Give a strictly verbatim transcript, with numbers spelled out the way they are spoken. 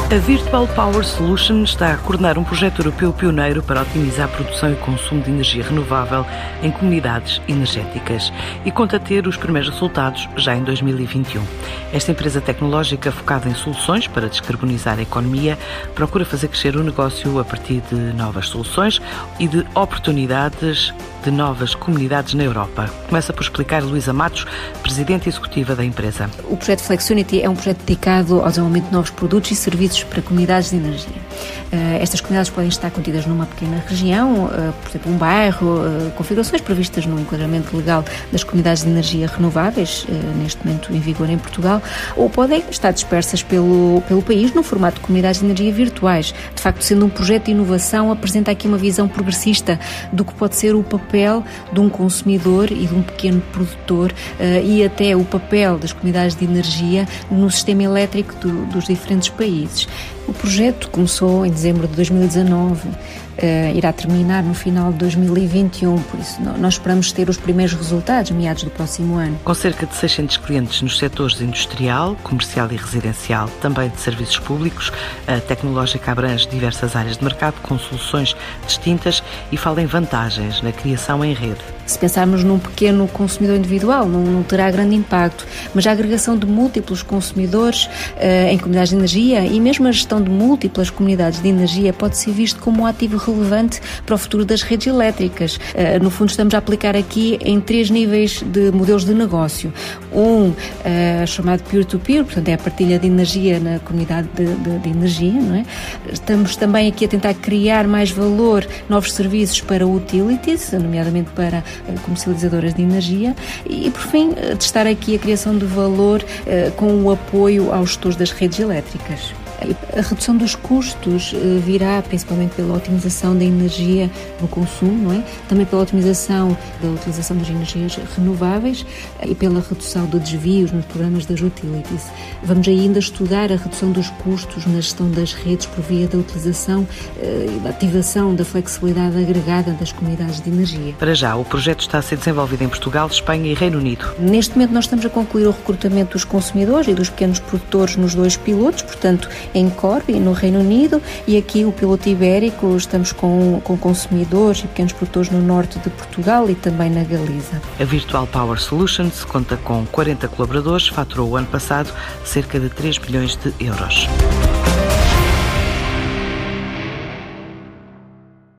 A Virtual Power Solutions está a coordenar um projeto europeu pioneiro para otimizar a produção e consumo de energia renovável em comunidades energéticas e conta ter os primeiros resultados já em dois mil e vinte e um. Esta empresa tecnológica focada em soluções para descarbonizar a economia procura fazer crescer o negócio a partir de novas soluções e de oportunidades de novas comunidades na Europa. Começa por explicar Luísa Matos, presidente executiva da empresa. O projeto Flexunity é um projeto dedicado ao desenvolvimento de novos produtos e serviços para comunidades de energia. Estas comunidades podem estar contidas numa pequena região, por exemplo, um bairro, configurações previstas no enquadramento legal das comunidades de energia renováveis, neste momento em vigor em Portugal, ou podem estar dispersas pelo, pelo país no formato de comunidades de energia virtuais. De facto, sendo um projeto de inovação, apresenta aqui uma visão progressista do que pode ser o papel de um consumidor e de um pequeno produtor e até o papel das comunidades de energia no sistema elétrico do, dos diferentes países. O projeto começou em dezembro de dois mil e dezanove, uh, irá terminar no final de dois mil e vinte e um, por isso nós esperamos ter os primeiros resultados meados do próximo ano. Com cerca de seiscentos clientes nos setores industrial, comercial e residencial, também de serviços públicos, a tecnológica abrange diversas áreas de mercado com soluções distintas e fala em vantagens na criação em rede. Se pensarmos num pequeno consumidor individual, não, não terá grande impacto, mas a agregação de múltiplos consumidores uh, em comunidades de energia e mesmo a gestão de múltiplas comunidades de energia pode ser visto como um ativo relevante para o futuro das redes elétricas. Uh, no fundo, estamos a aplicar aqui em três níveis de modelos de negócio. Um, uh, chamado peer-to-peer, portanto é a partilha de energia na comunidade de, de, de energia, não é? Estamos também aqui a tentar criar mais valor, novos serviços para utilities, nomeadamente para comercializadoras de energia e, por fim, testar aqui a criação de valor uh, com o apoio aos gestores das redes elétricas. A redução dos custos virá principalmente pela otimização da energia no consumo, não é? Também pela otimização da utilização das energias renováveis e pela redução de desvios nos programas das utilities. Vamos ainda estudar a redução dos custos na gestão das redes por via da utilização e da ativação da flexibilidade agregada das comunidades de energia. Para já, o projeto está a ser desenvolvido em Portugal, Espanha e Reino Unido. Neste momento nós estamos a concluir o recrutamento dos consumidores e dos pequenos produtores nos dois pilotos, portanto, em Corby, no Reino Unido, e aqui o piloto ibérico, estamos com, com consumidores e pequenos produtores no norte de Portugal e também na Galiza. A Virtual Power Solutions conta com quarenta colaboradores, faturou o ano passado cerca de três milhões de euros.